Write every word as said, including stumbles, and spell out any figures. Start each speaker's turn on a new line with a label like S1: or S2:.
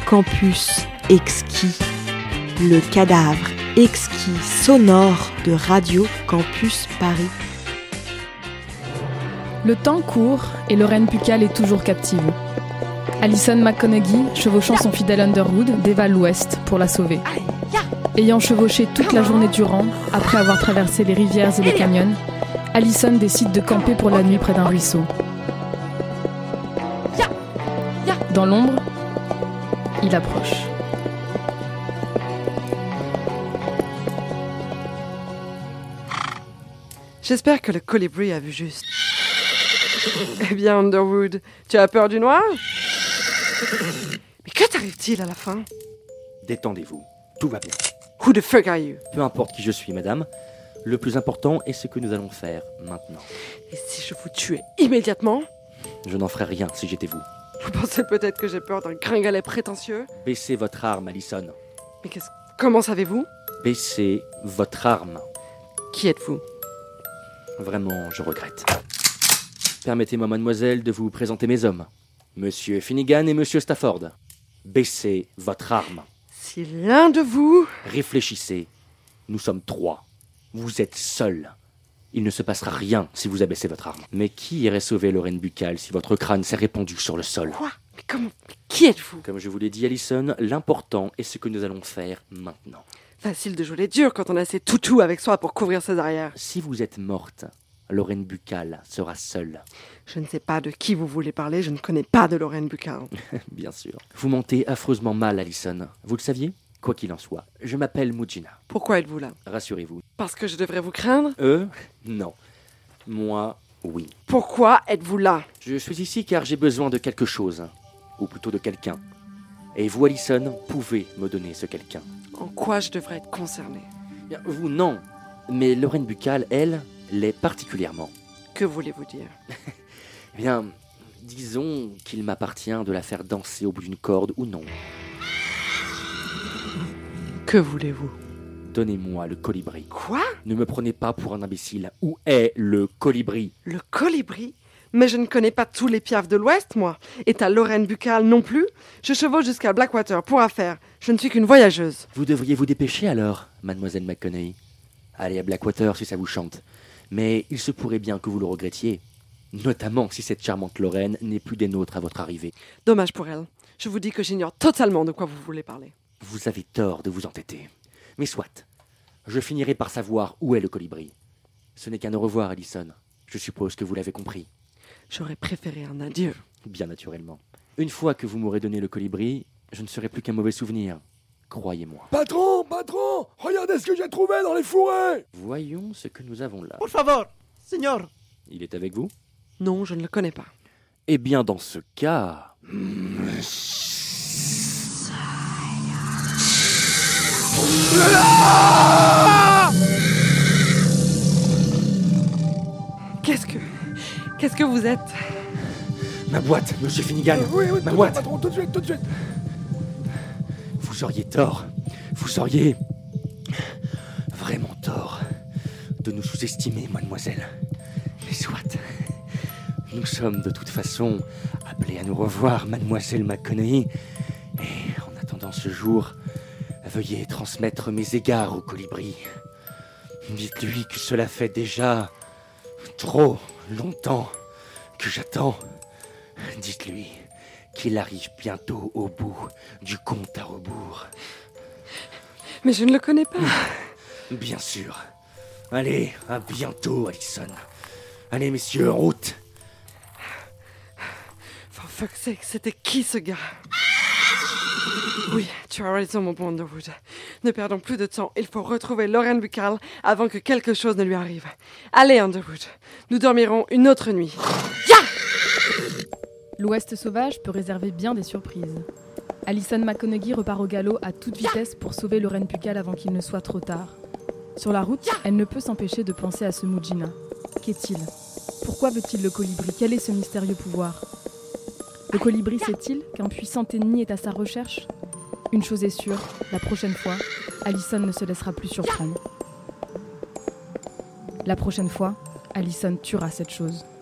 S1: campus exquis, le cadavre exquis sonore de Radio Campus Paris.
S2: Le temps court et Lorraine Buccal est toujours captive. Alison McConaughey, chevauchant son fidèle Underwood, dévale l'Ouest pour la sauver. Ayant chevauché toute la journée durant, après avoir traversé les rivières et les canyons, Alison décide de camper pour la nuit près d'un ruisseau. Dans l'ombre, il approche.
S3: J'espère que le colibri a vu juste. Eh bien, Underwood, tu as peur du noir ? Mais que t'arrive-t-il à la fin ?
S4: Détendez-vous, tout va bien.
S3: Who the fuck are you ?
S4: Peu importe qui je suis, madame. Le plus important est ce que nous allons faire maintenant.
S3: Et si je vous tuais immédiatement ?
S4: Je n'en ferais rien si j'étais vous.
S3: Vous pensez peut-être que j'ai peur d'un gringalet prétentieux ?
S4: Baissez votre arme, Alison.
S3: Mais qu'est-ce... comment savez-vous ?
S4: Baissez votre arme.
S3: Qui êtes-vous ?
S4: Vraiment, je regrette. Permettez-moi, mademoiselle, de vous présenter mes hommes. Monsieur Finnegan et Monsieur Stafford. Baissez votre arme.
S3: Si l'un de vous...
S4: Réfléchissez. Nous sommes trois. Vous êtes seul. Il ne se passera rien si vous abaissez votre arme. Mais qui irait sauver Lorraine Buccal si votre crâne s'est répandu sur le sol ?
S3: Quoi ? Mais comment ? Mais qui êtes-vous ?
S4: Comme je vous l'ai dit, Alison, l'important est ce que nous allons faire maintenant.
S3: Facile de jouer les durs quand on a ses toutous avec soi pour couvrir ses arrières.
S4: Si vous êtes morte, Lorraine Buccal sera seule.
S3: Je ne sais pas de qui vous voulez parler, je ne connais pas de Lorraine Buccal.
S4: Bien sûr. Vous mentez affreusement mal, Alison. Vous le saviez ? Quoi qu'il en soit, je m'appelle Mujina.
S3: Pourquoi êtes-vous là ?
S4: Rassurez-vous.
S3: Parce que je devrais vous craindre ?
S4: Eux ? Non. Moi, oui.
S3: Pourquoi êtes-vous là ?
S4: Je suis ici car j'ai besoin de quelque chose. Ou plutôt de quelqu'un. Et vous, Alison, pouvez me donner ce quelqu'un.
S3: En quoi je devrais être concerné ?
S4: Bien, vous, non. Mais Lorraine Buccal, elle, l'est particulièrement.
S3: Que voulez-vous dire ?
S4: Eh bien, disons qu'il m'appartient de la faire danser au bout d'une corde ou non.
S3: Que voulez-vous ?
S4: Donnez-moi le colibri.
S3: Quoi ?
S4: Ne me prenez pas pour un imbécile. Où est le colibri ?
S3: Le colibri ? Mais je ne connais pas tous les piafs de l'Ouest, moi. Et ta Lorraine Buccal non plus. Je chevauche jusqu'à Blackwater pour affaires. Je ne suis qu'une voyageuse.
S4: Vous devriez vous dépêcher alors, mademoiselle McConaughey. Allez à Blackwater si ça vous chante. Mais il se pourrait bien que vous le regrettiez. Notamment si cette charmante Lorraine n'est plus des nôtres à votre arrivée.
S3: Dommage pour elle. Je vous dis que j'ignore totalement de quoi vous voulez parler.
S4: Vous avez tort de vous entêter. Mais soit. Je finirai par savoir où est le colibri. Ce n'est qu'un au revoir, Alison. Je suppose que vous l'avez compris.
S3: J'aurais préféré un adieu.
S4: Bien naturellement. Une fois que vous m'aurez donné le colibri, je ne serai plus qu'un mauvais souvenir. Croyez-moi.
S5: Patron, patron, regardez ce que j'ai trouvé dans les fourrés.
S4: Voyons ce que nous avons là.
S6: Por favor, señor.
S4: Il est avec vous ?
S3: Non, je ne le connais pas.
S4: Eh bien, dans ce cas...
S3: Qu'est-ce que... Qu'est-ce que vous êtes ?
S4: Ma boîte, monsieur Finnegan.
S5: Oui, oui,
S4: Ma
S5: tout
S4: boîte.
S5: de suite, patron, tout de suite, tout de suite.
S4: Vous auriez tort. Vous auriez... vraiment tort de nous sous-estimer, mademoiselle. Mais soit... Nous sommes de toute façon appelés à nous revoir, mademoiselle McConaughey. Et en attendant ce jour, veuillez transmettre mes égards au colibri. Dites-lui que cela fait déjà trop longtemps que j'attends. Dites-lui qu'il arrive bientôt au bout du compte à rebours.
S3: Mais je ne le connais pas.
S4: Bien sûr. Allez, à bientôt, Alison. Allez, messieurs, en route.
S3: For fuck's sake, c'était qui ce gars ? Oui, tu as raison, mon bon Underwood. Ne perdons plus de temps. Il faut retrouver Lorraine Buccal avant que quelque chose ne lui arrive. Allez, Underwood, nous dormirons une autre nuit. Ya !
S2: L'Ouest sauvage peut réserver bien des surprises. Alison McConaughey repart au galop à toute vitesse pour sauver Lorraine Buccal avant qu'il ne soit trop tard. Sur la route, elle ne peut s'empêcher de penser à ce Mujina. Qu'est-il ? Pourquoi veut-il le colibri ? Quel est ce mystérieux pouvoir ? Le colibri sait-il qu'un puissant ennemi est à sa recherche ? Une chose est sûre, la prochaine fois, Alison ne se laissera plus surprendre. La prochaine fois, Alison tuera cette chose.